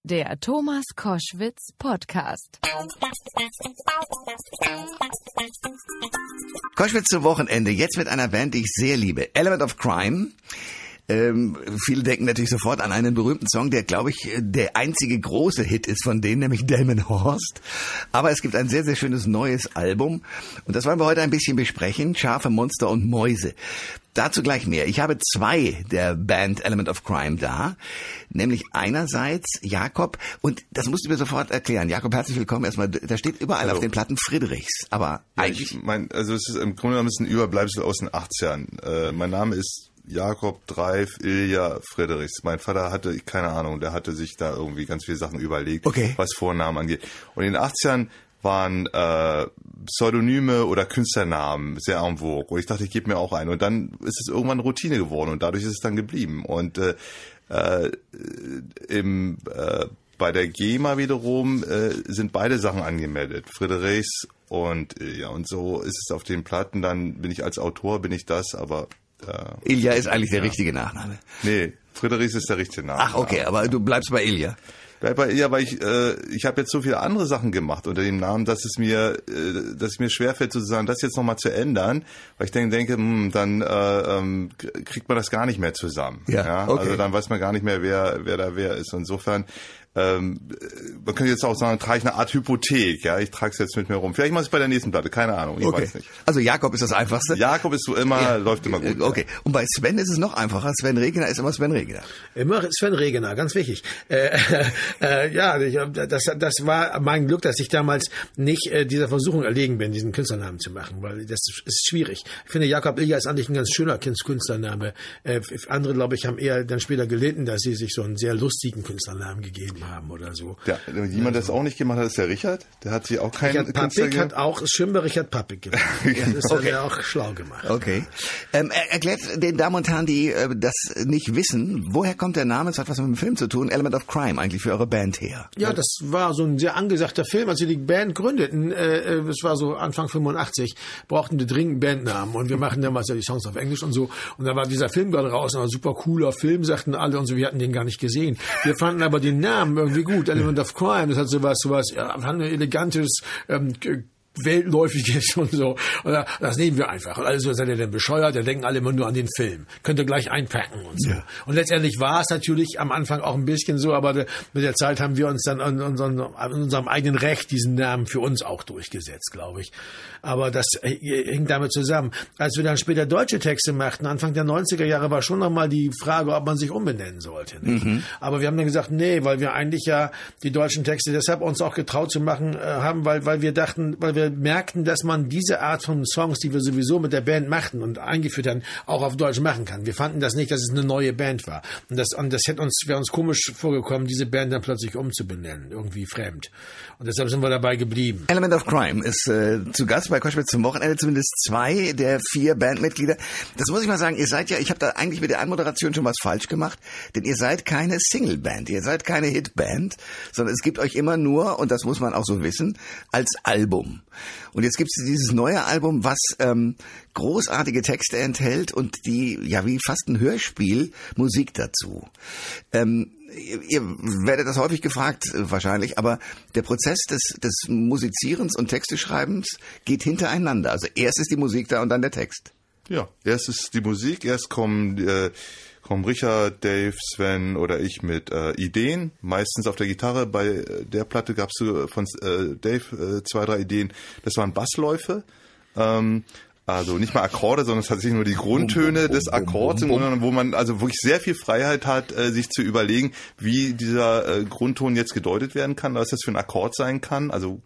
Der Thomas Koschwitz Podcast. Koschwitz zum Wochenende, jetzt mit einer Band, die ich sehr liebe. Element of Crime. Viele denken natürlich sofort an einen berühmten Song, der, glaube ich, der einzige große Hit ist von denen, nämlich Delmenhorst. Aber es gibt ein sehr, sehr schönes neues Album. Und das wollen wir heute ein bisschen besprechen. Schafe, Monster und Mäuse. Dazu gleich mehr. Ich habe zwei der Band Element of Crime da. Nämlich einerseits Jakob. Und das musst du mir sofort erklären. Jakob, herzlich willkommen erstmal. Da steht überall auf den Platten Friedrichs. Aber ja, eigentlich... Also es ist im Grunde genommen ein Überbleibsel aus den 80ern. Mein Name ist Jakob Dreif Ilja Friedrichs. Mein Vater hatte, keine Ahnung, der hatte sich da irgendwie ganz viele Sachen überlegt, was Vornamen angeht. Und in den 80ern waren Pseudonyme oder Künstlernamen sehr en vogue. Und ich dachte, ich gebe mir auch einen. Und dann ist es irgendwann Routine geworden und dadurch ist es dann geblieben. Und bei der GEMA wiederum sind beide Sachen angemeldet. Friedrichs und Ilja. Und so ist es auf den Platten. Dann bin ich als Autor, bin ich das, aber... Ilja ist eigentlich der richtige Nachname. Nee, Friedrichs ist der richtige Name. Ach, okay, aber du bleibst bei Ilja. Bleib bei Ilja, weil ich habe jetzt so viele andere Sachen gemacht unter dem Namen, dass es mir schwerfällt, sozusagen das jetzt nochmal zu ändern, weil ich denke, dann kriegt man das gar nicht mehr zusammen. Ja, okay. Also dann weiß man gar nicht mehr, wer da wer ist. Insofern man könnte jetzt auch sagen, trage ich eine Art Hypothek, ja, ich trage es jetzt mit mir rum. Vielleicht mache ich es bei der nächsten Platte, keine Ahnung, ich weiß nicht. Also Jakob ist das Einfachste? Jakob ist so immer, läuft immer gut. Okay, und bei Sven ist es noch einfacher, Sven Regener ist immer Sven Regener. Immer Sven Regener, ganz wichtig. Ja, das war mein Glück, dass ich damals nicht dieser Versuchung erlegen bin, diesen Künstlernamen zu machen, weil das ist schwierig. Ich finde, Jakob Ilja ist eigentlich ein ganz schöner Künstlername. Andere, glaube ich, haben eher dann später gelitten, dass sie sich so einen sehr lustigen Künstlernamen gegeben haben oder so. Ja, jemand, der das auch nicht gemacht hat, ist der Richard. Der hat sich auch keinen Richard Pappig hat auch Schimmer Richard Pappig gemacht. Das hat er auch schlau gemacht. Okay. Erklärt den Damen und Herren, die das nicht wissen, woher kommt der Name? Es hat was mit dem Film zu tun. Element of Crime eigentlich für eure Band her. Ja, das war so ein sehr angesagter Film, als wir die Band gründeten. Das war so Anfang 85. Brauchten wir dringend einen Bandnamen und wir machen damals ja die Songs auf Englisch und so. Und da war dieser Film gerade raus, ein super cooler Film, sagten alle und so. Wir hatten den gar nicht gesehen. Wir fanden aber den Namen irgendwie gut. Element of Crime, das hat sowas, ja, ein elegantes, weltläufiges und so. Und das nehmen wir einfach. Und alle so, seid ihr denn bescheuert? Da denken alle immer nur an den Film. Könnt ihr gleich einpacken und so. Ja. Und letztendlich war es natürlich am Anfang auch ein bisschen so, aber mit der Zeit haben wir uns dann an unserem eigenen Recht diesen Namen für uns auch durchgesetzt, glaube ich. Aber das hing damit zusammen. Als wir dann später deutsche Texte machten, Anfang der 90er Jahre, war schon nochmal die Frage, ob man sich umbenennen sollte. Mhm. Aber wir haben dann gesagt, nee, weil wir eigentlich ja die deutschen Texte deshalb uns auch getraut zu machen haben, weil wir merkten, dass man diese Art von Songs, die wir sowieso mit der Band machten und eingeführt haben, auch auf Deutsch machen kann. Wir fanden das nicht, dass es eine neue Band war. Und das wäre uns komisch vorgekommen, diese Band dann plötzlich umzubenennen, irgendwie fremd. Und deshalb sind wir dabei geblieben. Element of Crime ist zu Gast bei Koschwitz zum Wochenende, zumindest 2 der 4 Bandmitglieder. Das muss ich mal sagen, ihr seid ja, ich habe da eigentlich mit der Anmoderation schon was falsch gemacht, denn ihr seid keine Single-Band, ihr seid keine Hitband, sondern es gibt euch immer nur, und das muss man auch so wissen, als Album. Und jetzt gibt es dieses neue Album, was großartige Texte enthält und die, ja, wie fast ein Hörspiel, Musik dazu. Ihr werdet das häufig gefragt, wahrscheinlich, aber der Prozess des Musizierens und Texteschreibens geht hintereinander. Also erst ist die Musik da und dann der Text. Ja, erst ist die Musik, erst kommen Richard, Dave, Sven oder ich mit Ideen, meistens auf der Gitarre. Bei der Platte gab es von Dave 2, 3 Ideen. Das waren Bassläufe, also nicht mal Akkorde, sondern tatsächlich nur die Grundtöne des Akkords, wo man also wirklich sehr viel Freiheit hat, sich zu überlegen, wie dieser Grundton jetzt gedeutet werden kann, was das für ein Akkord sein kann. Also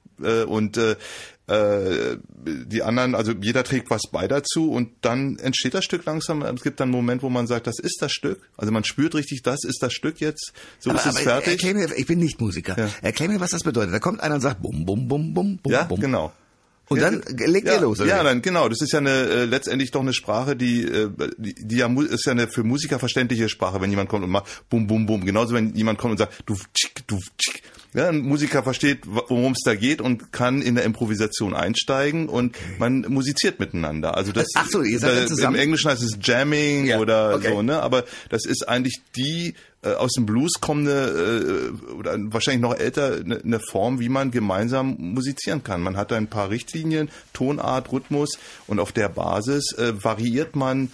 die anderen, also jeder trägt was bei dazu und dann entsteht das Stück langsam. Es gibt dann einen Moment, wo man sagt, das ist das Stück. Also man spürt richtig, das ist das Stück jetzt. So ist es fertig. Erklär mir, ich bin nicht Musiker. Ja. Erklär mir, was das bedeutet. Da kommt einer und sagt bum, bum, bum, bum, bum. Ja, bum. genau. Und dann legt ihr los, oder? Ja, dann genau. Das ist ja eine letztendlich doch eine Sprache, die ja ist ja eine für Musiker verständliche Sprache, wenn jemand kommt und macht bum bum bum. Genauso wenn jemand kommt und sagt du tschik, Ja, ein Musiker versteht, worum es da geht und kann in der Improvisation einsteigen und man musiziert miteinander. Also das, ach so, ihr seid dann zusammen? Im Englischen heißt es Jamming oder so, ne? Aber das ist eigentlich die aus dem Blues kommende oder wahrscheinlich noch älter eine Form, wie man gemeinsam musizieren kann. Man hat ein paar Richtlinien, Tonart, Rhythmus und auf der Basis variiert man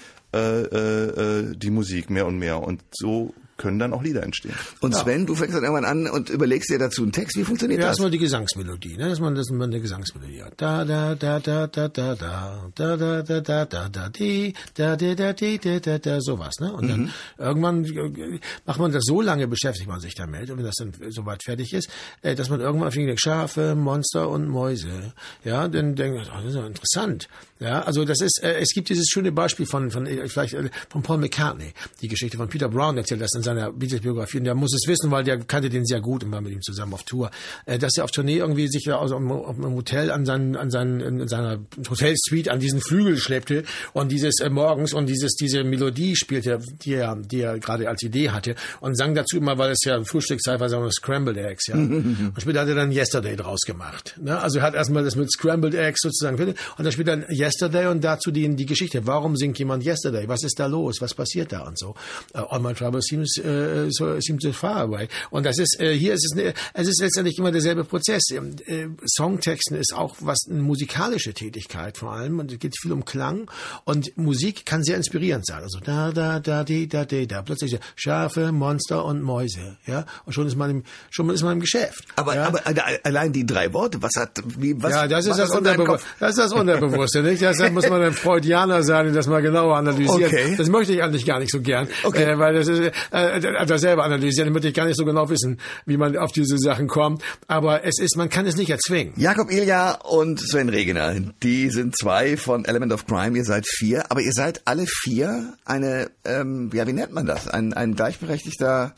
die Musik mehr und mehr und so können dann auch Lieder entstehen. Und Sven, du fängst dann irgendwann an und überlegst dir dazu einen Text. Wie funktioniert das? Erstmal die Gesangsmelodie, ne? Dass man eine Gesangsmelodie hat. Da da da da da da da da da da da da da di da da da di da da sowas, ne? Und dann irgendwann macht man das so lange, beschäftigt man sich damit, und wenn das dann soweit fertig ist, dass man irgendwann auf den Schafe, Monster und Mäuse, ja, dann denkt, das ist ja interessant, ja. Also das ist, es gibt dieses schöne Beispiel von Paul McCartney, die Geschichte von Peter Brown erzählt das in seiner Beatles-Biografie, und der muss es wissen, weil der kannte den sehr gut und war mit ihm zusammen auf Tour, dass er auf Tournee irgendwie sich aus einem Hotel in seiner Hotelsuite an diesen Flügel schleppte und dieses morgens und diese Melodie spielte, die er gerade als Idee hatte, und sang dazu immer, weil es ja Frühstückszeit war, sagen wir Scrambled Eggs, ja. Und später hat er dann Yesterday draus gemacht, ne? Also er hat erstmal das mit Scrambled Eggs sozusagen, und dann spielt er Yesterday und dazu die Geschichte. Warum singt jemand Yesterday? Was ist da los? Was passiert da und so? All my troubles seems so far away. Und das ist, hier ist es ist letztendlich immer derselbe Prozess. Songtexten ist auch eine musikalische Tätigkeit vor allem, und es geht viel um Klang, und Musik kann sehr inspirierend sein. Also da, plötzlich Schafe, Monster und Mäuse, ja, und schon ist man im Geschäft. Aber allein die 3 Worte, was? Ja, das ist das Unterbewusste, nicht? Deshalb muss man ein Freudianer sein und das mal genauer analysieren. Okay. Das möchte ich eigentlich gar nicht so gern, weil das ist, das selber analysieren, dann möchte ich gar nicht so genau wissen, wie man auf diese Sachen kommt. Aber man kann es nicht erzwingen. Jakob Ilja und Sven Regener, die sind 2 von Element of Crime, ihr seid 4, aber ihr seid alle 4 eine, wie nennt man das? Ein gleichberechtigter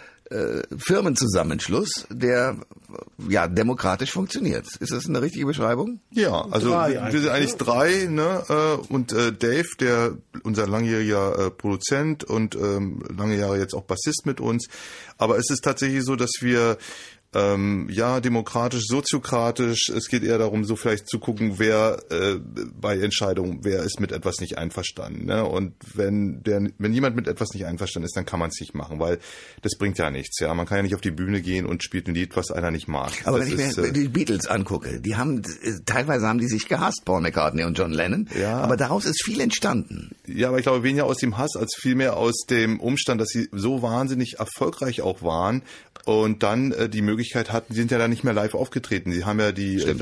Firmenzusammenschluss, der demokratisch funktioniert. Ist das eine richtige Beschreibung? Ja, also wir sind eigentlich 3, ne? Und Dave, der unser langjähriger Produzent und lange Jahre jetzt auch Bassist mit uns. Aber es ist tatsächlich so, dass wir demokratisch, soziokratisch. Es geht eher darum, so vielleicht zu gucken, wer bei Entscheidungen, wer ist mit etwas nicht einverstanden. Ne? Und wenn jemand mit etwas nicht einverstanden ist, dann kann man es nicht machen, weil das bringt ja nichts. Ja, man kann ja nicht auf die Bühne gehen und spielt ein Lied, was einer nicht mag. Aber wenn ich mir die Beatles angucke, teilweise haben die sich gehasst, Paul McCartney und John Lennon. Ja. Aber daraus ist viel entstanden. Ja, aber ich glaube weniger aus dem Hass als vielmehr aus dem Umstand, dass sie so wahnsinnig erfolgreich auch waren und dann die Möglichkeit hatten, die sind ja dann nicht mehr live aufgetreten. Sie haben ja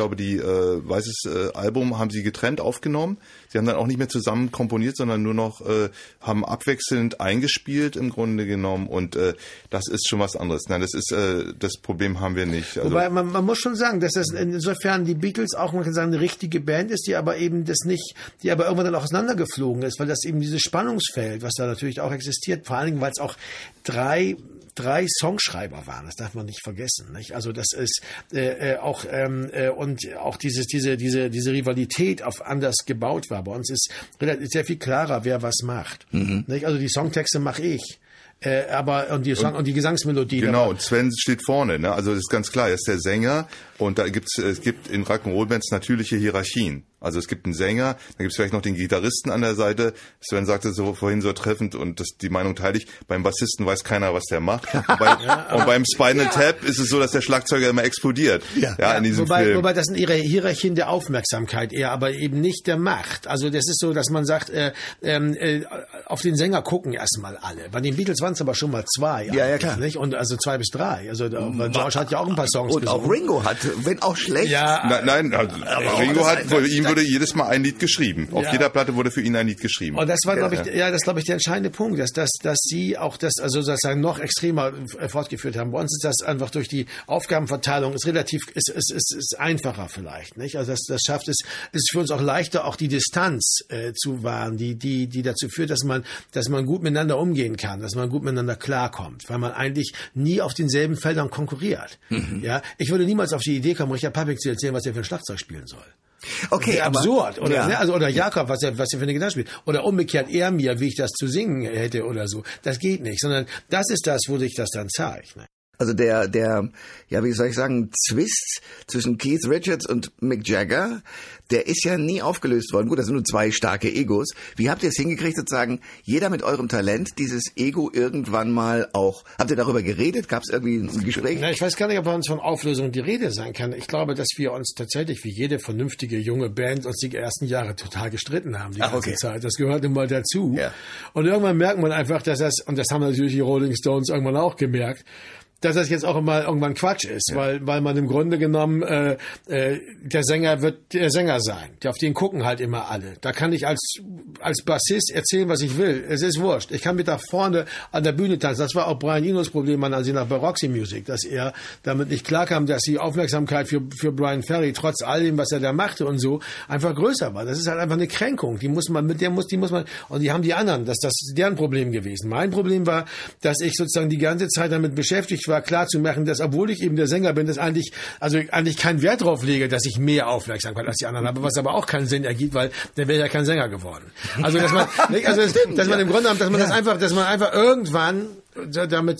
Weißes Album haben sie getrennt aufgenommen. Sie haben dann auch nicht mehr zusammen komponiert, sondern nur noch haben abwechselnd eingespielt im Grunde genommen, und das ist schon was anderes. Nein, das Problem haben wir nicht. Also, wobei man muss schon sagen, dass das insofern die Beatles auch, man kann sagen, eine richtige Band ist, die aber irgendwann dann auch auseinandergeflogen ist, weil das eben dieses Spannungsfeld, was da natürlich auch existiert, vor allen Dingen, weil es auch drei Songschreiber waren, das darf man nicht vergessen, nicht? Also das ist und auch diese Rivalität auf anders gebaut war. Bei uns ist sehr viel klarer, wer was macht. Nicht? Also die Songtexte mache ich. Und die Gesangsmelodie. Genau, und Sven steht vorne, ne? Also das ist ganz klar, er ist der Sänger, und es gibt in Rock'n'Roll-Bands natürliche Hierarchien. Also es gibt einen Sänger, dann gibt es vielleicht noch den Gitarristen an der Seite. Sven sagte so vorhin so treffend, und die Meinung teile ich, beim Bassisten weiß keiner, was der macht. Und beim Spinal Tap ist es so, dass der Schlagzeuger immer explodiert. In diesem Film. Wobei das sind ihre Hierarchien der Aufmerksamkeit eher, aber eben nicht der Macht. Also das ist so, dass man sagt, auf den Sänger gucken erstmal alle. Bei den Beatles waren es aber schon mal 2. Ja, klar. Nicht? Und also 2 bis 3. Also George hat ja auch ein paar Songs gesungen. Und auch Ringo hat, wenn auch schlecht. Ja, nein, Ringo hat für ihn wurde jedes Mal ein Lied geschrieben. Auf jeder Platte wurde für ihn ein Lied geschrieben. Und das war, glaube ich, der entscheidende Punkt, dass sie auch das, also sozusagen noch extremer fortgeführt haben. Bei uns ist das einfach durch die Aufgabenverteilung ist einfacher vielleicht, nicht? Also das schafft es, ist für uns auch leichter, auch die Distanz zu wahren, die dazu führt, dass man gut miteinander umgehen kann, dass man gut miteinander klarkommt, weil man eigentlich nie auf denselben Feldern konkurriert. Ja, ich würde niemals auf die Idee kommen, Richard Pappig zu erzählen, was er für ein Schlagzeug spielen soll. Okay, aber absurd, oder? Ne? Also, oder Jakob, was er für eine Gitarre spielt. Oder umgekehrt er mir, wie ich das zu singen hätte oder so. Das geht nicht, sondern das ist das, wo sich das dann zeigt. Ne? Also der, ja, wie soll ich sagen, Zwist zwischen Keith Richards und Mick Jagger, der ist ja nie aufgelöst worden. Gut, das sind nur zwei starke Egos. Wie habt ihr es hingekriegt, sozusagen, jeder mit eurem Talent, dieses Ego irgendwann mal auch, habt ihr darüber geredet? Gab es irgendwie ein Gespräch? Na, ich weiß gar nicht, ob bei uns von Auflösung die Rede sein kann. Ich glaube, dass wir uns tatsächlich, wie jede vernünftige junge Band, uns die ersten Jahre total gestritten haben, die ganze Zeit. Das gehört immer dazu. Ja. Und irgendwann merkt man einfach, dass das, und das haben natürlich die Rolling Stones irgendwann auch gemerkt, dass das jetzt auch immer irgendwann Quatsch ist, weil man im Grunde genommen der Sänger wird der Sänger sein. Auf den gucken halt immer alle. Da kann ich als Bassist erzählen, was ich will. Es ist wurscht. Ich kann mit da vorne an der Bühne tanzen. Das war auch Brian Enos Problem an sie nach bei Roxy Music, dass er damit nicht klarkam, dass die Aufmerksamkeit für Brian Ferry trotz all dem, was er da machte und so, einfach größer war. Das ist halt einfach eine Kränkung. Die muss man, und die haben die anderen. Das ist deren Problem gewesen. Mein Problem war, dass ich sozusagen die ganze Zeit damit beschäftigt war, klar zu machen, dass, obwohl ich eben der Sänger bin, dass eigentlich keinen Wert drauf lege, dass ich mehr Aufmerksamkeit als die anderen habe, was aber auch keinen Sinn ergibt, weil dann wäre ja kein Sänger geworden. Also, dass man im Grunde genommen, dass man einfach irgendwann damit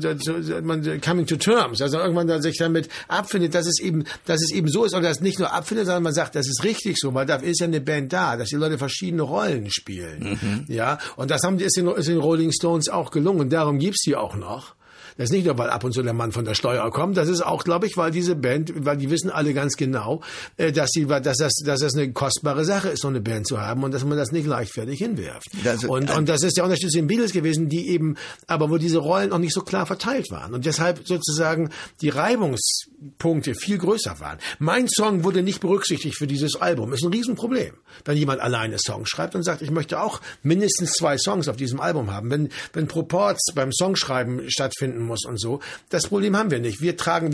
man coming to terms, also irgendwann sich damit abfindet, dass es eben so ist, und dass es nicht nur abfindet, sondern man sagt, das ist richtig so, weil da ist ja eine Band da, dass die Leute verschiedene Rollen spielen. Ja, und das ist den Rolling Stones auch gelungen, und darum gibt's die auch noch. Das ist nicht nur, weil ab und zu der Mann von der Steuer kommt. Das ist auch, glaube ich, weil diese Band, weil die wissen alle ganz genau, dass das eine kostbare Sache ist, so eine Band zu haben, und dass man das nicht leichtfertig hinwirft. Und das ist der Unterschied zu den Beatles gewesen, die eben, aber wo diese Rollen noch nicht so klar verteilt waren und deshalb sozusagen die Reibungspunkte viel größer waren. Mein Song wurde nicht berücksichtigt für dieses Album. Ist ein Riesenproblem, wenn jemand alleine Songs schreibt und sagt, ich möchte auch mindestens 2 Songs auf diesem Album haben. Wenn Proports beim Songschreiben stattfinden muss und so. Das Problem haben wir nicht. Wir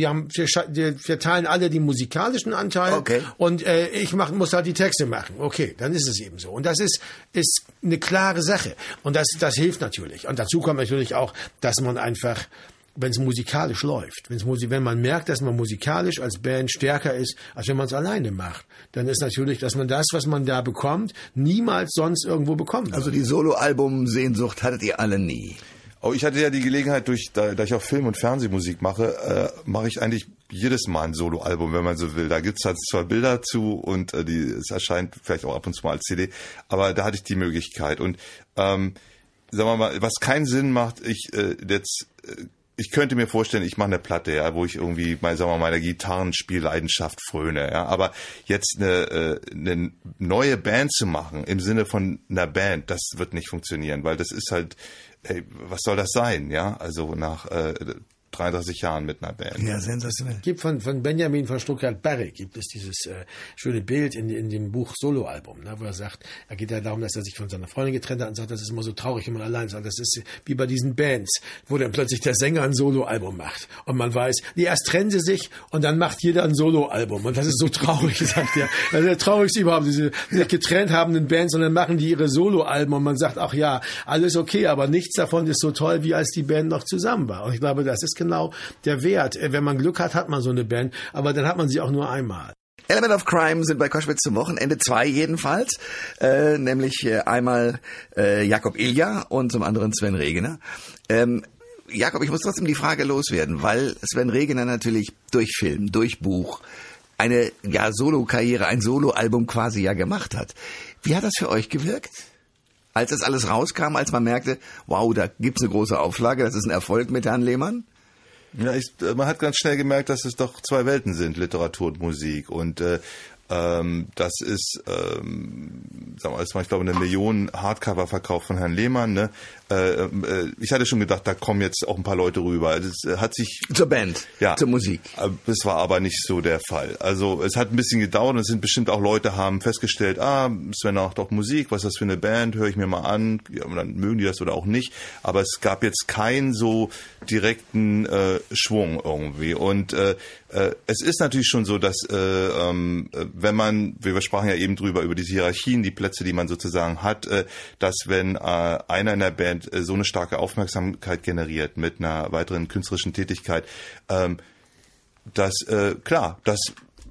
teilen alle den musikalischen Anteil, und ich muss halt die Texte machen. Okay, dann ist es eben so. Und das ist eine klare Sache. Und das hilft natürlich. Und dazu kommt natürlich auch, dass man einfach, wenn es musikalisch läuft, wenn man merkt, dass man musikalisch als Band stärker ist, als wenn man es alleine macht, dann ist natürlich, dass man das, was man da bekommt, niemals sonst irgendwo bekommt. Also die Soloalbum-Sehnsucht hattet ihr alle nie? Oh, ich hatte ja die Gelegenheit, da ich auch Film- und Fernsehmusik mache, mache ich eigentlich jedes Mal ein Soloalbum, wenn man so will. Da gibt's halt 2 Bilder zu, und es erscheint vielleicht auch ab und zu mal als CD, aber da hatte ich die Möglichkeit. Und sagen wir mal, was keinen Sinn macht, ich könnte mir vorstellen, ich mache eine Platte, ja, wo ich irgendwie meiner Gitarrenspielleidenschaft fröne, ja, aber jetzt eine neue Band zu machen im Sinne von einer Band, das wird nicht funktionieren, weil das ist halt, hey, was soll das sein, ja? Also nach 33 Jahren mit einer Band. Ja, sensationell. Gibt von Benjamin von Stuttgart-Barre gibt es dieses schöne Bild in dem Buch Soloalbum, ne, wo er sagt, er geht ja darum, dass er sich von seiner Freundin getrennt hat und sagt, das ist immer so traurig, wenn man allein ist. Das ist wie bei diesen Bands, wo dann plötzlich der Sänger ein Soloalbum macht und man weiß, erst trennen sie sich und dann macht jeder ein Soloalbum, und das ist so traurig, sagt er. Das ist der traurigste überhaupt, diese getrennt habenden Bands, und dann machen die ihre Soloalben und man sagt, ach ja, alles okay, aber nichts davon ist so toll, wie als die Band noch zusammen war. Und ich glaube, das ist genau der Wert. Wenn man Glück hat man so eine Band, aber dann hat man sie auch nur einmal. Element of Crime sind bei Koschwitz zum Wochenende 2 jedenfalls, nämlich einmal Jakob Ilja und zum anderen Sven Regener. Jakob, ich muss trotzdem die Frage loswerden, weil Sven Regener natürlich durch Film, durch Buch eine Solo-Karriere, ein Soloalbum quasi gemacht hat. Wie hat das für euch gewirkt? Als das alles rauskam, als man merkte, wow, da gibt's eine große Auflage, das ist ein Erfolg mit Herrn Lehmann? Ja, man hat ganz schnell gemerkt, dass es doch 2 Welten sind, Literatur und Musik. Und das ist, sagen wir mal, ich glaube, 1 Million Hardcover verkauft von Herrn Lehmann, ne? Ich hatte schon gedacht, da kommen jetzt auch ein paar Leute rüber. Das hat sich zur Band, zur Musik. Das war aber nicht so der Fall. Also es hat ein bisschen gedauert, und es sind bestimmt auch Leute, haben festgestellt, Sven macht doch Musik, was ist das für eine Band, höre ich mir mal an, ja, und dann mögen die das oder auch nicht. Aber es gab jetzt keinen so direkten Schwung irgendwie. Und es ist natürlich schon so, dass wenn man, wir sprachen ja eben über diese Hierarchien, die Plätze, die man sozusagen hat, dass wenn einer in der Band so eine starke Aufmerksamkeit generiert mit einer weiteren künstlerischen Tätigkeit, das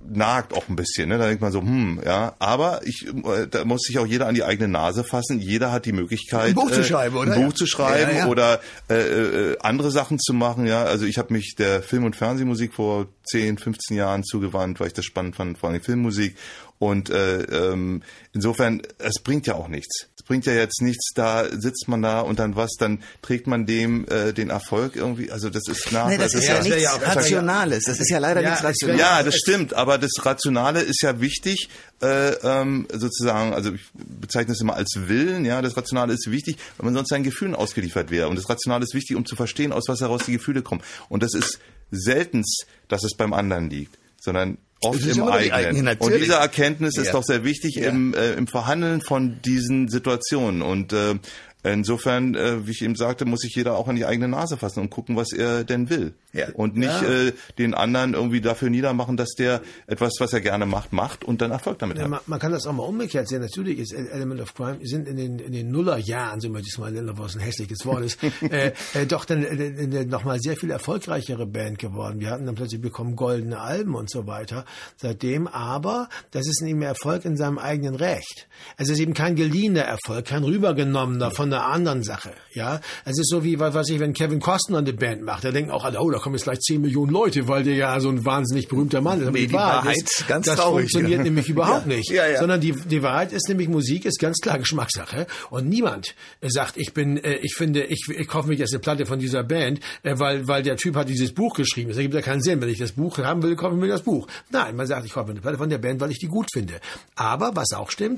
nagt auch ein bisschen, ne? Da denkt man so, ja, aber da muss sich auch jeder an die eigene Nase fassen. Jeder hat die Möglichkeit, ein Buch zu schreiben, oder? Ein Buch zu schreiben ja. oder andere Sachen zu machen, ja. Also ich habe mich der Film- und Fernsehmusik vor 10, 15 Jahren zugewandt, weil ich das spannend fand, vor allem die Filmmusik. Und insofern, es bringt ja auch nichts. Es bringt ja jetzt nichts, da sitzt man da und dann trägt man dem den Erfolg irgendwie, also das ist das ist ja nichts Rationales, das ist ja leider nichts Rationales. Ja, das stimmt, aber das Rationale ist ja wichtig, sozusagen, also ich bezeichne es immer als Willen, ja, das Rationale ist wichtig, weil man sonst seinen Gefühlen ausgeliefert wäre. Und das Rationale ist wichtig, um zu verstehen, aus was heraus die Gefühle kommen. Und das ist seltenst, dass es beim anderen liegt, sondern oft im eigenen. Und diese Erkenntnis ist doch sehr wichtig im Verhandeln von diesen Situationen. Und insofern, wie ich eben sagte, muss sich jeder auch an die eigene Nase fassen und gucken, was er denn will. Ja. Und nicht den anderen irgendwie dafür niedermachen, dass der etwas, was er gerne macht und dann Erfolg damit hat. Man kann das auch mal umgekehrt sehen. Natürlich ist Element of Crime, sind in den Nullerjahren, so möchte ich es mal nennen, was ein hässliches Wort ist, doch dann nochmal sehr viel erfolgreichere Band geworden. Wir hatten dann plötzlich bekommen goldene Alben und so weiter seitdem, aber das ist eben Erfolg in seinem eigenen Recht. Es ist eben kein geliehener Erfolg, kein rübergenommener von einer anderen Sache. Ja, es ist so wie, wenn Kevin Costner eine Band macht, da denken auch alle, da kommen jetzt gleich 10 Millionen Leute, weil der ja so ein wahnsinnig berühmter Mann ist. Aber die Wahrheit ist ganz traurig. Das funktioniert nämlich überhaupt nicht. Sondern die Wahrheit ist nämlich, Musik ist ganz klar Geschmackssache. Und niemand sagt, ich kaufe mich jetzt eine Platte von dieser Band, weil der Typ hat dieses Buch geschrieben. Das ergibt ja keinen Sinn. Wenn ich das Buch haben will, kaufe ich mir das Buch. Nein, man sagt, ich kaufe mir eine Platte von der Band, weil ich die gut finde. Aber, was auch stimmt,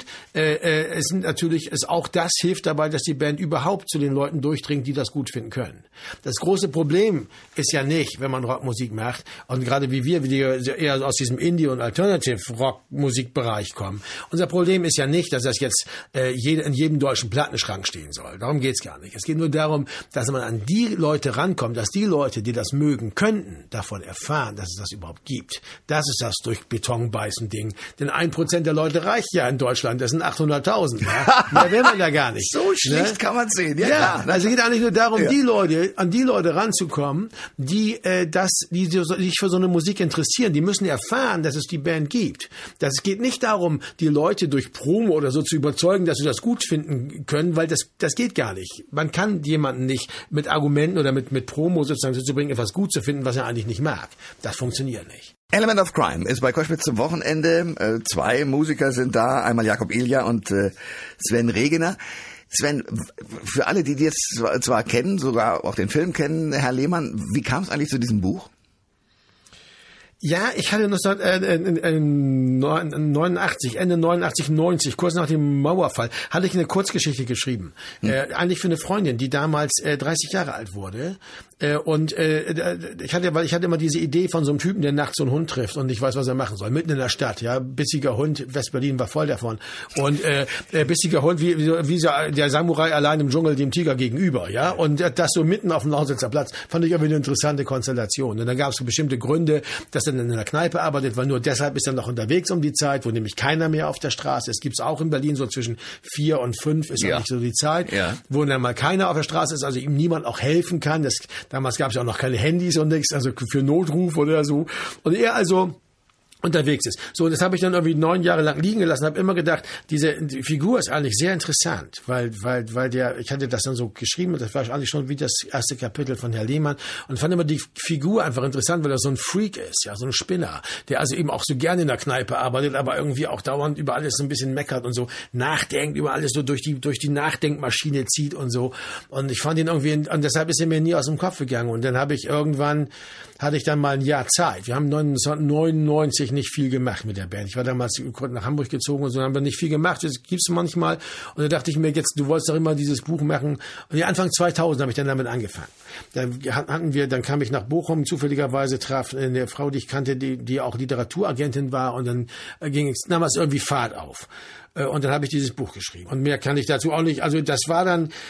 auch das hilft dabei, dass die Band überhaupt zu den Leuten durchdringt, die das gut finden können. Das große Problem ist ja nicht, wenn man Rockmusik macht, und gerade wie wir, die eher aus diesem Indie- und Alternative-Rock-Musikbereich kommen. Unser Problem ist ja nicht, dass das jetzt in jedem deutschen Plattenschrank stehen soll. Darum geht's gar nicht. Es geht nur darum, dass man an die Leute rankommt, dass die Leute, die das mögen könnten, davon erfahren, dass es das überhaupt gibt. Das ist das durch Beton beißen Ding. Denn 1% der Leute reicht ja in Deutschland. Das sind 800.000. Ja? Mehr will man ja gar nicht. So schlecht kann man sehen. Ja, klar. Also es geht eigentlich nur darum, an die Leute ranzukommen, die sich für so eine Musik interessieren. Die müssen erfahren, dass es die Band gibt. Es geht nicht darum, die Leute durch Promo oder so zu überzeugen, dass sie das gut finden können, weil das geht gar nicht. Man kann jemanden nicht mit Argumenten oder mit Promo sozusagen dazu bringen, etwas gut zu finden, was er eigentlich nicht mag. Das funktioniert nicht. Element of Crime ist bei Koschwitz zum Wochenende. 2 Musiker sind da, einmal Jakob Ilja und Sven Regener. Sven, für alle, die jetzt zwar kennen, sogar auch den Film kennen, Herr Lehmann, wie kam es eigentlich zu diesem Buch? Ja, ich hatte 1989, Ende 89, 90, kurz nach dem Mauerfall, hatte ich eine Kurzgeschichte geschrieben. Eigentlich für eine Freundin, die damals 30 Jahre alt wurde. Ich hatte immer diese Idee von so einem Typen, der nachts so einen Hund trifft und nicht weiß, was er machen soll. Mitten in der Stadt, ja. Bissiger Hund, West-Berlin war voll davon. Und bissiger Hund, wie der Samurai allein im Dschungel dem Tiger gegenüber, ja. Und das so mitten auf dem Lausitzer Platz, fand ich irgendwie eine interessante Konstellation. Und dann gab es so bestimmte Gründe, dass er in einer Kneipe arbeitet, weil nur deshalb ist er noch unterwegs um die Zeit, wo nämlich keiner mehr auf der Straße ist. Gibt's auch in Berlin, so zwischen 4 und 5 ist eigentlich so die Zeit, wo dann mal keiner auf der Straße ist, also ihm niemand auch helfen kann. Damals gab es ja auch noch keine Handys und nichts, also für Notruf oder so. Und er also unterwegs ist. So, und das habe ich dann irgendwie 9 Jahre lang liegen gelassen, habe immer gedacht, die Figur ist eigentlich sehr interessant, weil ich hatte das dann so geschrieben, und das war eigentlich schon wie das erste Kapitel von Herr Lehmann, und fand immer die Figur einfach interessant, weil er so ein Freak ist, ja, so ein Spinner, der also eben auch so gerne in der Kneipe arbeitet, aber irgendwie auch dauernd über alles so ein bisschen meckert und so nachdenkt, über alles so durch die Nachdenkmaschine zieht und so. Und ich fand ihn irgendwie, und deshalb ist er mir nie aus dem Kopf gegangen. Und dann hatte ich dann mal ein Jahr Zeit. Wir haben 1999 nicht viel gemacht mit der Band. Ich war damals nach Hamburg gezogen und so, haben wir nicht viel gemacht. Das gibt's manchmal. Und da dachte ich mir jetzt, du wolltest doch immer dieses Buch machen. Und Anfang 2000 habe ich dann damit angefangen. Dann kam ich nach Bochum, zufälligerweise traf eine Frau, die ich kannte, die auch Literaturagentin war, und dann nahm es irgendwie Fahrt auf. Und dann habe ich dieses Buch geschrieben. Und mehr kann ich dazu auch nicht. Also das war dann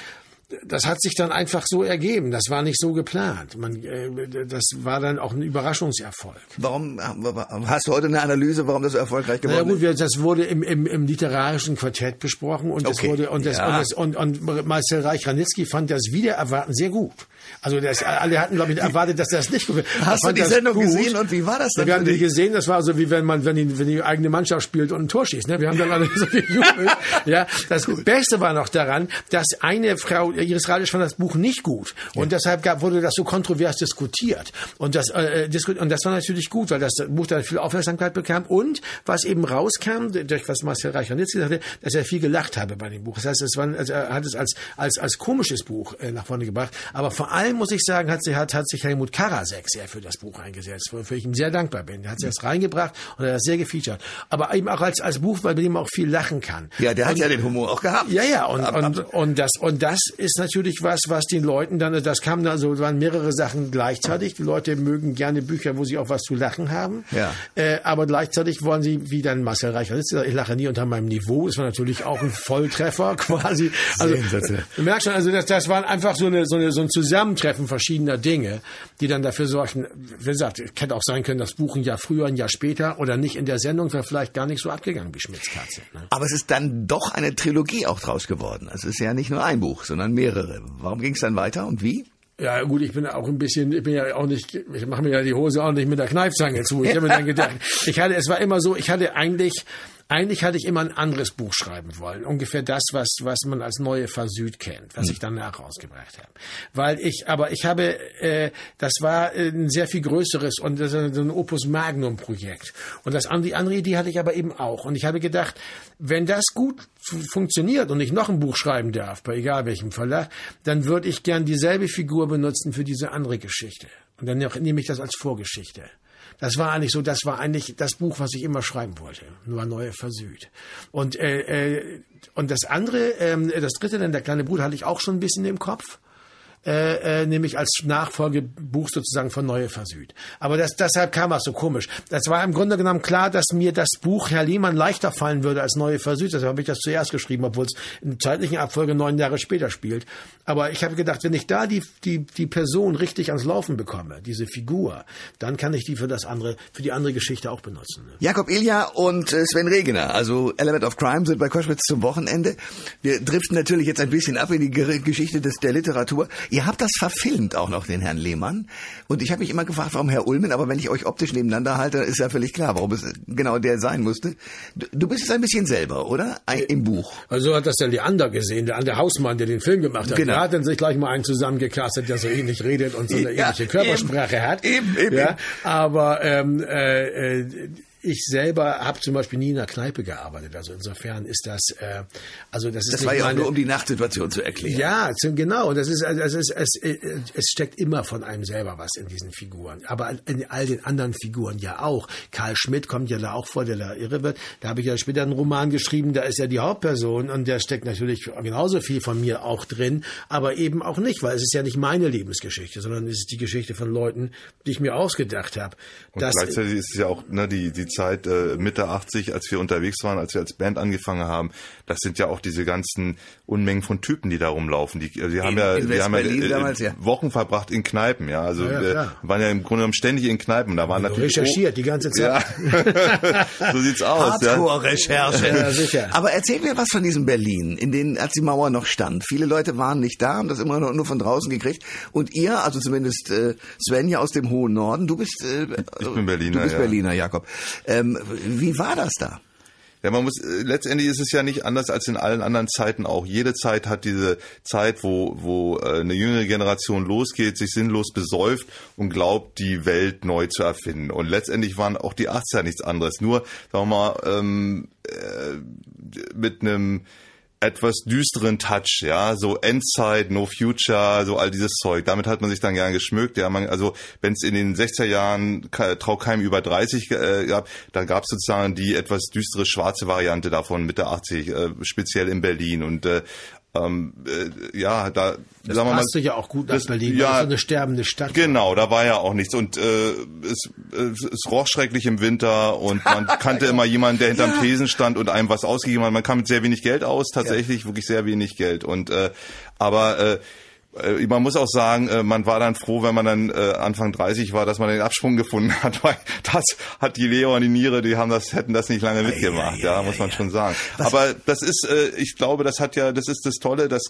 das hat sich dann einfach so ergeben. Das war nicht so geplant. Das war dann auch ein Überraschungserfolg. Warum hast du heute eine Analyse, warum das so erfolgreich geworden ist? Ja gut, das wurde im literarischen Quartett besprochen und und Marcel Reich-Ranitzky fand das wider Erwarten sehr gut. Also alle hatten, glaube ich, erwartet, dass das nicht gut wird. Hast du die Sendung gesehen und wie war das dann? Wir haben die gesehen, das war so wie wenn die eigene Mannschaft spielt und ein Tor schießt. Ne? Wir haben dann alle so gejubelt. Ja, das Beste war noch daran, dass eine Frau, Iris Radisch, fand das Buch nicht gut. Und deshalb wurde das so kontrovers diskutiert. Und das war natürlich gut, weil das Buch dann viel Aufmerksamkeit bekam. Und was eben rauskam, durch was Marcel Reich-Ranitzky sagte, dass er viel gelacht habe bei dem Buch. Das heißt, er hat es als komisches Buch nach vorne gebracht. Aber vor allem, muss ich sagen, hat sich Helmut Karasek sehr für das Buch eingesetzt, wofür ich ihm sehr dankbar bin. Er hat es erst reingebracht und er hat das sehr gefeatured. Aber eben auch als Buch, bei dem man auch viel lachen kann. Ja, der hat ja den Humor auch gehabt. Ja, und das ist natürlich was den Leuten dann, das kam da so, waren mehrere Sachen gleichzeitig. Die Leute mögen gerne Bücher, wo sie auch was zu lachen haben. Ja. Aber gleichzeitig wollen sie, wie dann Marcel Reich-Ranitzky, ich lache nie unter meinem Niveau. Das war natürlich auch ein Volltreffer quasi. Also, du merkst schon, also das war einfach so ein Zusammentreffen verschiedener Dinge, die dann dafür sorgten, wie gesagt, hätte auch sein können, das Buch ein Jahr früher, ein Jahr später oder nicht in der Sendung wäre vielleicht gar nicht so abgegangen wie Schmidts Katze. Ne? Aber es ist dann doch eine Trilogie auch draus geworden. Es ist ja nicht nur ein Buch, sondern mehrere. Warum ging es dann weiter und wie? Ja gut, ich mache mir ja die Hose auch nicht mit der Kneifzange zu. Ich habe mir dann gedacht, ich hatte immer ein anderes Buch schreiben wollen. Ungefähr das, was man als Neue Versüd kennt, was ich danach rausgebracht habe. Das war ein sehr viel größeres und das ist ein Opus Magnum Projekt. Und die andere Idee hatte ich aber eben auch. Und ich habe gedacht, wenn das gut funktioniert und ich noch ein Buch schreiben darf, bei egal welchem Verlag, dann würde ich gern dieselbe Figur benutzen für diese andere Geschichte. Und dann nehme ich das als Vorgeschichte. Das war eigentlich das Buch, was ich immer schreiben wollte. Nur Neue Versüd. Und das andere, das dritte, dann der kleine Bruder, hatte ich auch schon ein bisschen im Kopf. Nämlich als Nachfolgebuch sozusagen von Neue Versüd. Aber deshalb kam das so komisch. Das war im Grunde genommen klar, dass mir das Buch Herr Lehmann leichter fallen würde als Neue Versüd. Deshalb habe ich das zuerst geschrieben, obwohl es in zeitlichen Abfolge 9 Jahre später spielt. Aber ich habe gedacht, wenn ich da die Person richtig ans Laufen bekomme, diese Figur, dann kann ich die für die andere Geschichte auch benutzen. Ne? Jakob Ilja und Sven Regener, also Element of Crime, sind bei Koschwitz zum Wochenende. Wir driften natürlich jetzt ein bisschen ab in die Geschichte der Literatur. Ihr habt das verfilmt auch noch, den Herrn Lehmann. Und ich habe mich immer gefragt, warum Herr Ullmann, aber wenn ich euch optisch nebeneinander halte, ist ja völlig klar, warum es genau der sein musste. Du bist es ein bisschen selber, oder? Im Buch. Also hat das der Leander gesehen, der Hausmann, der den Film gemacht hat. Genau. Der hat dann sich gleich mal einen zusammengecastet, der so ähnlich redet und so eine ähnliche Körpersprache hat. Eben. Ja, aber ich selber habe zum Beispiel nie in einer Kneipe gearbeitet. Also insofern ist das, das war ja auch nur, um die Nachtsituation zu erklären. Ja, genau. Es steckt immer von einem selber was in diesen Figuren. Aber in all den anderen Figuren ja auch. Karl Schmidt kommt ja da auch vor, der da irre wird. Da habe ich ja später einen Roman geschrieben, da ist ja die Hauptperson und der steckt natürlich genauso viel von mir auch drin, aber eben auch nicht, weil es ist ja nicht meine Lebensgeschichte, sondern es ist die Geschichte von Leuten, die ich mir ausgedacht habe. Und gleichzeitig ist es ja auch die Zeit Mitte 80, als wir unterwegs waren, als wir als Band angefangen haben, das sind ja auch diese ganzen Unmengen von Typen, die da rumlaufen. Wir haben Wochen verbracht in Kneipen, ja. Also wir waren ja im Grunde genommen ständig in Kneipen. Da waren natürlich recherchiert die ganze Zeit. Ja. So sieht's aus. Hardcore-Recherche. Ja, sicher. Aber erzähl mir was von diesem Berlin, als die Mauer noch stand. Viele Leute waren nicht da, haben das immer nur von draußen gekriegt. Und ihr, also zumindest Sven ja aus dem hohen Norden, ich bin Berliner. Du bist Berliner, Jakob. Wie war das da? Ja, letztendlich ist es ja nicht anders als in allen anderen Zeiten auch. Jede Zeit hat diese Zeit, wo eine jüngere Generation losgeht, sich sinnlos besäuft und glaubt, die Welt neu zu erfinden. Und letztendlich waren auch die 80er nichts anderes. Nur, sagen wir mal, mit einem etwas düsteren Touch, ja, so Endzeit, No Future, so all dieses Zeug. Damit hat man sich dann gern geschmückt. Ja, wenn es in den 60er Jahren Trau keinem über 30 gab, dann gab es sozusagen die etwas düstere schwarze Variante davon Mitte 80, speziell in Berlin. Und ja, da das sagen wir mal, passte ja auch gut nach Berlin, ja, weil es so eine sterbende Stadt. Genau, da war ja auch nichts und es roch schrecklich im Winter und man kannte immer jemanden, der hinterm Tresen stand und einem was ausgegeben hat. Man kam mit sehr wenig Geld aus, tatsächlich wirklich sehr wenig Geld und aber man muss auch sagen, man war dann froh, wenn man dann Anfang 30 war, dass man den Absprung gefunden hat, weil das hat die Leber und die Niere, hätten das nicht lange mitgemacht, muss man schon sagen. Aber das ist, ich glaube, das ist das Tolle, das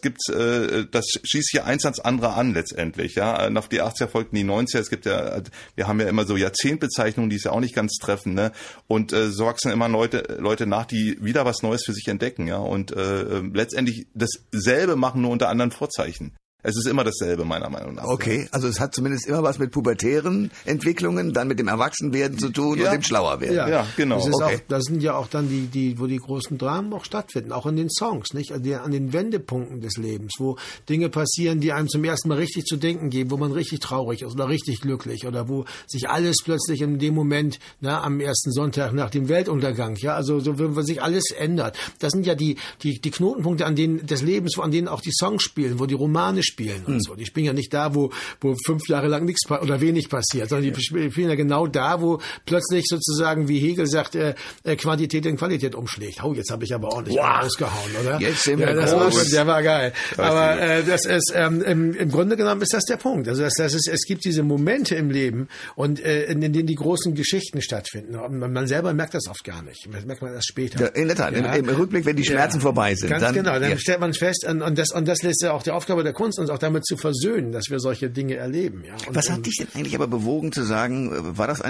schießt hier eins ans andere an letztendlich, ja. Nach die 80er folgten die 90er, wir haben ja immer so Jahrzehntbezeichnungen, die es ja auch nicht ganz treffen, ne. Und so wachsen immer Leute nach, die wieder was Neues für sich entdecken, ja. Und letztendlich dasselbe machen, nur unter anderen Vorzeichen. Es ist immer dasselbe, meiner Meinung nach. Okay, also es hat zumindest immer was mit pubertären Entwicklungen, dann mit dem Erwachsenwerden zu tun und dem Schlauerwerden. Ja, genau. Das sind ja auch dann wo die großen Dramen auch stattfinden, auch in den Songs, nicht? An den Wendepunkten des Lebens, wo Dinge passieren, die einem zum ersten Mal richtig zu denken geben, wo man richtig traurig ist oder richtig glücklich oder wo sich alles plötzlich in dem Moment, am ersten Sonntag nach dem Weltuntergang, also so, wo sich alles ändert. Das sind ja die Knotenpunkte des Lebens, an denen auch die Songs spielen, wo die Romane spielen und so. Die spielen ja nicht da, wo 5 Jahre lang nichts oder wenig passiert, sondern die spielen ja genau da, wo plötzlich sozusagen, wie Hegel sagt, Quantität in Qualität umschlägt. Jetzt habe ich aber ordentlich rausgehauen, oder? Jetzt sind wir der war geil. Aber das ist im Grunde genommen ist das der Punkt. Also es gibt diese Momente im Leben und in denen die großen Geschichten stattfinden. Und man selber merkt das oft gar nicht. Das merkt man erst später. Ja, in der Tat. Im Rückblick, wenn die Schmerzen vorbei sind. Ganz genau. Dann stellt man fest, und das lässt ja auch die Aufgabe der Kunst, uns auch damit zu versöhnen, dass wir solche Dinge erleben. Ja. Was hat dich denn eigentlich aber bewogen zu sagen, war das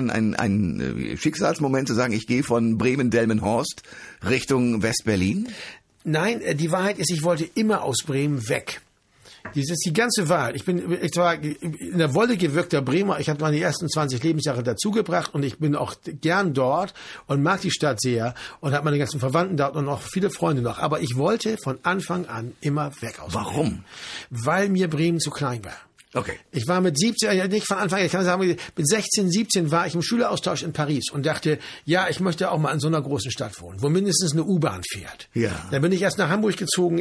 ein Schicksalsmoment zu sagen, ich gehe von Bremen-Delmenhorst Richtung West-Berlin? Nein, die Wahrheit ist, ich wollte immer aus Bremen weg. Das ist die ganze Wahrheit. Ich war in der Wolle gewirkter Bremer. Ich habe meine ersten 20 Lebensjahre dazugebracht und ich bin auch gern dort und mag die Stadt sehr und habe meine ganzen Verwandten dort und auch viele Freunde noch. Aber ich wollte von Anfang an immer weg aus Bremen. Warum? Weil mir Bremen zu klein war. Okay. Ich war mit 17, nicht von Anfang an, ich kann sagen, mit 16, 17 war ich im Schüleraustausch in Paris und dachte, ich möchte auch mal in so einer großen Stadt wohnen, wo mindestens eine U-Bahn fährt. Ja. Dann bin ich erst nach Hamburg gezogen,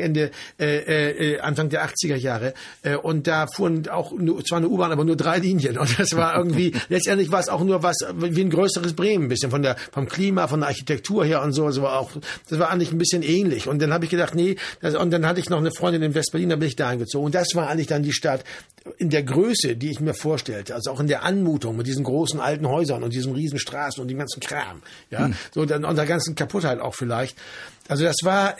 Anfang der 80er Jahre, und da fuhren auch zwar eine U-Bahn, aber nur 3 Linien und das war irgendwie, letztendlich war es auch nur was wie ein größeres Bremen, ein bisschen vom Klima, von der Architektur her und so, das war eigentlich ein bisschen ähnlich und dann habe ich gedacht, und dann hatte ich noch eine Freundin in West-Berlin, da bin ich da eingezogen und das war eigentlich dann die Stadt, in der Größe, die ich mir vorstellte, also auch in der Anmutung mit diesen großen alten Häusern und diesen riesen Straßen und dem ganzen Kram, und der ganzen Kaputtheit auch vielleicht. Also das war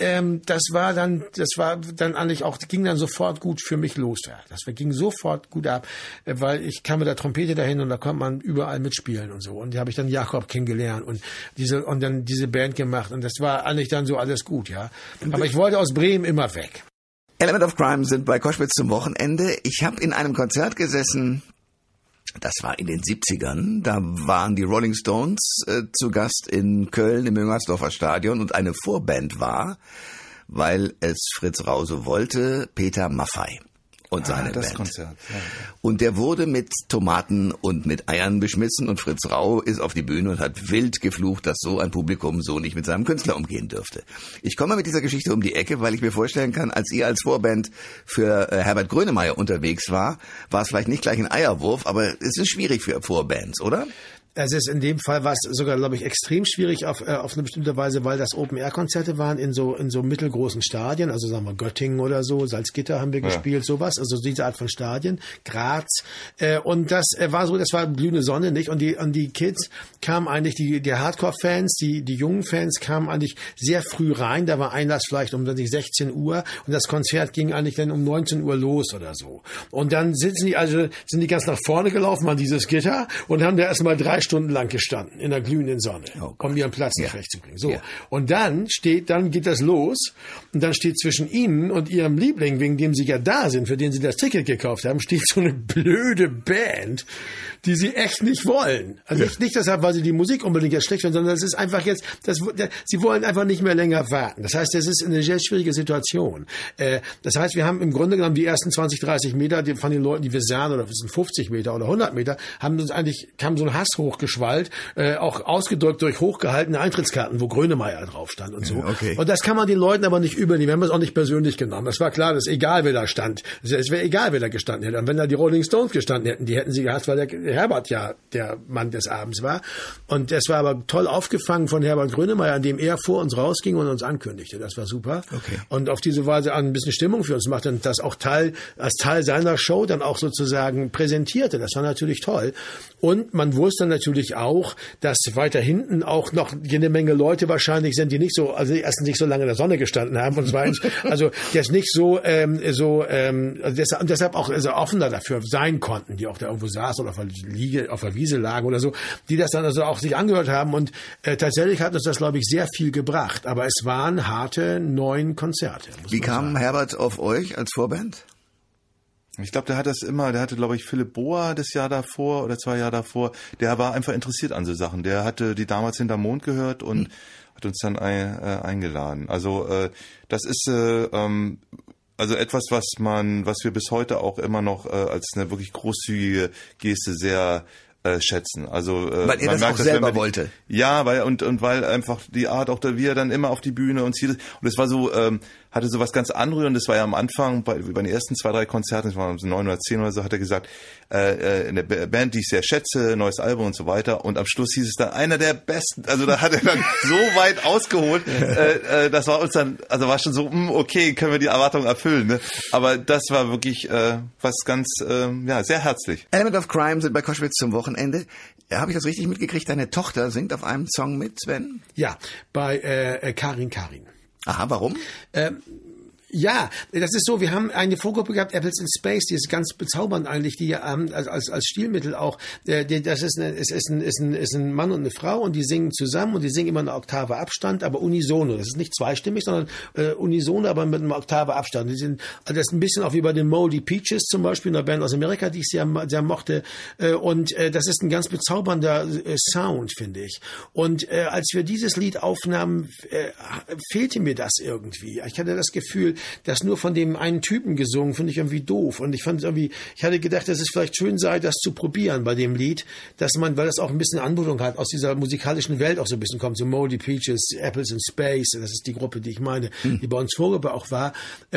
dann eigentlich auch, ging dann sofort gut für mich los. Das ging sofort gut ab, weil ich kam mit der Trompete dahin und da konnte man überall mitspielen und so. Und da habe ich dann Jakob kennengelernt und dann diese Band gemacht und das war eigentlich dann so alles gut, Aber ich wollte aus Bremen immer weg. Element of Crime sind bei Koschwitz zum Wochenende. Ich habe in einem Konzert gesessen, das war in den 70ern, da waren die Rolling Stones zu Gast in Köln im Müngersdorfer Stadion und eine Vorband war, weil es Fritz Rau so wollte, Peter Maffay und seine das Band. Konzert. Ja. Und der wurde mit Tomaten und mit Eiern beschmissen und Fritz Rau ist auf die Bühne und hat wild geflucht, dass so ein Publikum so nicht mit seinem Künstler umgehen dürfte. Ich komme mit dieser Geschichte um die Ecke, weil ich mir vorstellen kann, als ihr als Vorband für Herbert Grönemeyer unterwegs war es vielleicht nicht gleich ein Eierwurf, aber es ist schwierig für Vorbands, oder? Es ist in dem Fall was sogar, glaube ich, extrem schwierig auf eine bestimmte Weise, weil das Open-Air-Konzerte waren in so mittelgroßen Stadien, also sagen wir Göttingen oder so, Salzgitter haben wir gespielt, sowas, also diese Art von Stadien, Graz, und das war blühende Sonne, nicht? Und die Kids kamen eigentlich, die Hardcore-Fans, die jungen Fans kamen eigentlich sehr früh rein, da war Einlass vielleicht um 16 Uhr und das Konzert ging eigentlich dann um 19 Uhr los oder so. Und dann sind die ganz nach vorne gelaufen an dieses Gitter und haben da erstmal 3 Stunden lang gestanden in der glühenden Sonne, um ihren Platz nicht wegzubringen. So. Ja. Und dann geht das los und dann steht zwischen ihnen und ihrem Liebling, wegen dem sie ja da sind, für den sie das Ticket gekauft haben, steht so eine blöde Band, die sie echt nicht wollen. Also nicht deshalb, weil sie die Musik unbedingt jetzt schlecht finden, sondern das ist einfach jetzt, sie wollen einfach nicht mehr länger warten. Das heißt, das ist eine sehr schwierige Situation. Das heißt, wir haben im Grunde genommen die ersten 20, 30 Meter von den Leuten, die wir sahen, oder es sind 50 Meter oder 100 Meter, kam so ein Hass hoch hochgeschwallt, auch ausgedrückt durch hochgehaltene Eintrittskarten, wo Grönemeyer drauf stand und so. Okay. Und das kann man den Leuten aber nicht übernehmen. Wir haben es auch nicht persönlich genommen. Das war klar, dass egal wer da stand, es wäre egal wer da gestanden hätte. Und wenn da die Rolling Stones gestanden hätten, die hätten sie gehasst, weil der Herbert ja der Mann des Abends war. Und das war aber toll aufgefangen von Herbert Grönemeyer, an dem er vor uns rausging und uns ankündigte. Das war super. Okay. Und auf diese Weise ein bisschen Stimmung für uns machte und das auch als Teil seiner Show dann auch sozusagen präsentierte. Das war natürlich toll. Und man wusste natürlich auch, dass weiter hinten auch noch jede Menge Leute wahrscheinlich sind, die nicht so, also erstens nicht so lange in der Sonne gestanden haben und zweitens, also jetzt nicht deshalb auch also offener dafür sein konnten, die auch da irgendwo saßen oder auf der Wiese lagen oder so, die das dann also auch sich angehört haben und tatsächlich hat uns das, glaube ich, sehr viel gebracht. Aber es waren harte 9 Konzerte. Wie kam Herbert auf euch als Vorband? Ich glaube, der hatte, glaube ich, Philipp Boa das Jahr davor oder 2 Jahre davor, der war einfach interessiert an so Sachen. Der hatte die damals Hinterm Mond gehört und hat uns dann eingeladen. Also das ist also etwas, was wir bis heute auch immer noch als eine wirklich großzügige Geste sehr schätzen. Also weil er das auch selber wollte. Ja, weil einfach die Art auch wie er dann immer auf die Bühne und zieht. Und es war so hatte so was ganz Anrührendes. Das war ja am Anfang bei den ersten 2, 3 Konzerten, das waren 9 oder 10 oder so, hat er gesagt, eine Band, die ich sehr schätze, neues Album und so weiter. Und am Schluss hieß es dann einer der besten. Also da hat er dann so weit ausgeholt. Das war uns dann, also war schon so, okay, können wir die Erwartungen erfüllen. Ne? Aber das war wirklich was ganz, sehr herzlich. Element of Crime sind bei Koschwitz zum Wochenende. Habe ich das richtig mitgekriegt? Deine Tochter singt auf einem Song mit, Sven? Ja, bei Karin. Aha, warum? Ja, das ist so, wir haben eine Vorgruppe gehabt, Apples in Space, die ist ganz bezaubernd eigentlich, die als Stilmittel auch, das ist ein Mann und eine Frau und die singen zusammen und die singen immer eine Oktave Abstand, aber unisono. Das ist nicht zweistimmig, sondern unisono, aber mit einer Oktave Abstand. Das ist ein bisschen auch wie bei den Moldy Peaches zum Beispiel, einer Band aus Amerika, die ich sehr mochte. Und das ist ein ganz bezaubernder Sound, finde ich. Und als wir dieses Lied aufnahmen, fehlte mir das irgendwie. Ich hatte das Gefühl, das nur von dem einen Typen gesungen, finde ich irgendwie doof. Und ich hatte gedacht, dass es vielleicht schön sei, das zu probieren bei dem Lied, weil das auch ein bisschen Anmutung hat, aus dieser musikalischen Welt auch so ein bisschen kommt, so Moldy Peaches, Apples in Space, das ist die Gruppe, die ich meine, die bei uns Vorgruppe auch war.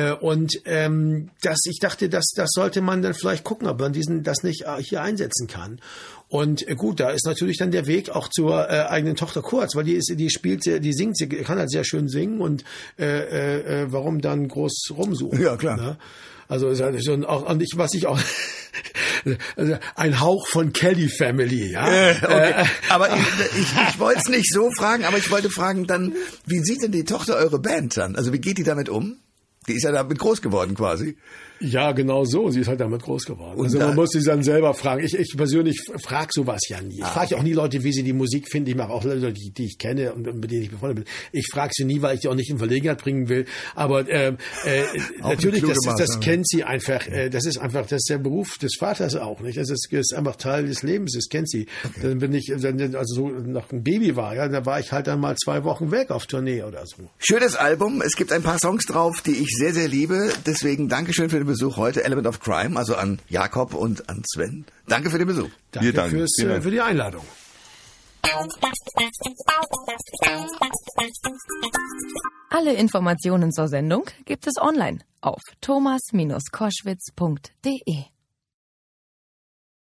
Ich dachte, das sollte man dann vielleicht gucken, ob man das nicht hier einsetzen kann. Und gut, da ist natürlich dann der Weg auch zur eigenen Tochter Kurz, weil die singt, sie kann halt sehr schön singen und warum dann groß rumsuchen? Ja, klar. Ne? Also ist halt schon auch also ein Hauch von Kelly Family, ja. Okay. Aber ich wollte es nicht so fragen, aber ich wollte fragen dann, wie sieht denn die Tochter eure Band dann? Also wie geht die damit um? Die ist ja damit groß geworden quasi. Ja, genau so. Sie ist halt damit groß geworden. Also man muss sich dann selber fragen. Ich persönlich frage sowas ja nie. Ich frage auch nie Leute, wie sie die Musik finden. Ich mache auch Leute, die ich kenne und mit denen ich befreundet bin. Ich frage sie nie, weil ich die auch nicht in Verlegenheit bringen will. Aber natürlich, das kennt sie einfach. Das ist der Beruf des Vaters auch, nicht? Das ist einfach Teil des Lebens. Das kennt sie. Okay. Dann bin ich, also so noch ein Baby war, ja, da war ich halt dann mal 2 Wochen weg auf Tournee oder so. Schönes Album. Es gibt ein paar Songs drauf, die ich sehr, sehr liebe. Deswegen Dankeschön für den Besuch heute. Element of Crime, also an Jakob und an Sven. Danke für den Besuch. Danke für die Einladung. Alle Informationen zur Sendung gibt es online auf thomas-koschwitz.de.